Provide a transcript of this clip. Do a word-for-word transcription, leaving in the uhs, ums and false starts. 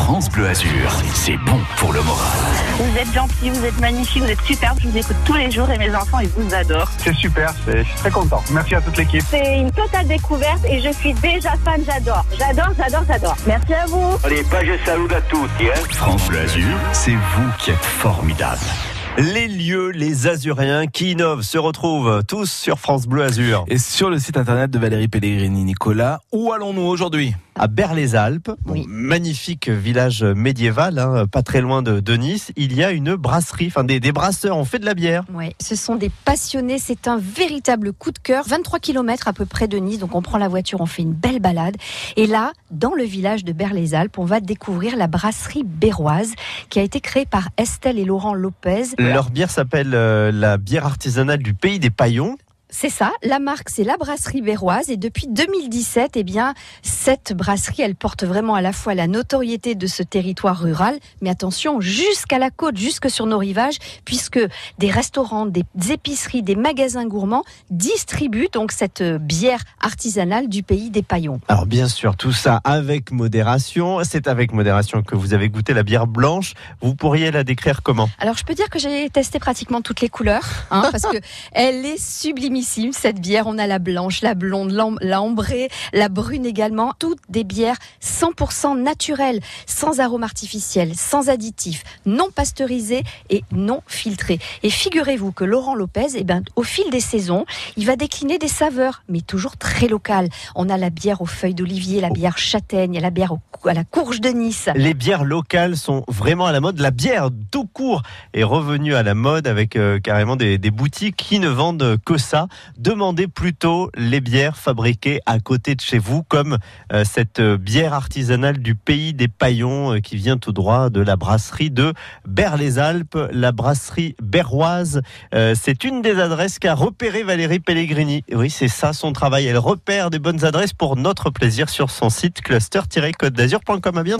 France Bleu Azur, c'est bon pour le moral. Vous êtes gentil, vous êtes magnifique, vous êtes superbe. Je vous écoute tous les jours et mes enfants, ils vous adorent. C'est super, c'est, je suis très content. Merci à toute l'équipe. C'est une totale découverte et je suis déjà fan, j'adore. J'adore, j'adore, j'adore. Merci à vous. Allez, pas je salue à tous. Hein. France Bleu Azur, c'est vous qui êtes formidables. Les lieux, les Azuriens qui innovent se retrouvent tous sur France Bleu Azur. Et sur le site internet de Valérie Pellegrini. Nicolas, où allons-nous aujourd'hui ? À Berre-les-Alpes, Oui. bon, magnifique village médiéval, hein, pas très loin de, de Nice. Il y a une brasserie, enfin des, des brasseurs, on fait de la bière. Ouais, ce sont des passionnés, c'est un véritable coup de cœur. vingt-trois kilomètres à peu près de Nice, donc on prend la voiture, on fait une belle balade. Et là, dans le village de Berre-les-Alpes, on va découvrir la brasserie Berroise qui a été créée par Estelle et Laurent Lopez. Leur bière s'appelle euh, la bière artisanale du pays des Paillons. C'est ça, la marque c'est la brasserie Berroise et depuis deux mille dix-sept, eh bien, cette brasserie elle porte vraiment à la fois la notoriété de ce territoire rural, mais attention jusqu'à la côte, jusque sur nos rivages, puisque des restaurants, des épiceries, des magasins gourmands distribuent donc cette bière artisanale du pays des Paillons. Alors bien sûr, tout ça avec modération. C'est avec modération que vous avez goûté la bière blanche. Vous pourriez la décrire comment ? Alors je peux dire que j'ai testé pratiquement toutes les couleurs, hein, parce que elle est sublimissime cette bière. On a la blanche, la blonde, l'am- la ambrée, la brune également. Toutes des bières cent pour cent naturelles, sans arômes artificiels, sans additifs, non pasteurisées et non filtrées. Et figurez-vous que Laurent Lopez, eh ben, au fil des saisons, il va décliner des saveurs, mais toujours très locales. On a la bière aux feuilles d'olivier, la bière châtaigne, la bière au, à la courge de Nice. Les bières locales sont vraiment à la mode. La bière tout court est revenue à la mode avec euh, carrément des, des boutiques qui ne vendent que ça. Demandez plutôt les bières fabriquées à côté de chez vous, comme euh, cette bière artisanale du pays des Paillons euh, qui vient tout droit de la brasserie de Berre-les-Alpes, la brasserie Berroise. Euh, c'est une des adresses qu'a repéré Valérie Pellegrini. Oui, c'est ça son travail. Elle repère des bonnes adresses pour notre plaisir sur son site cluster tiret côte d'azur point com. À bientôt.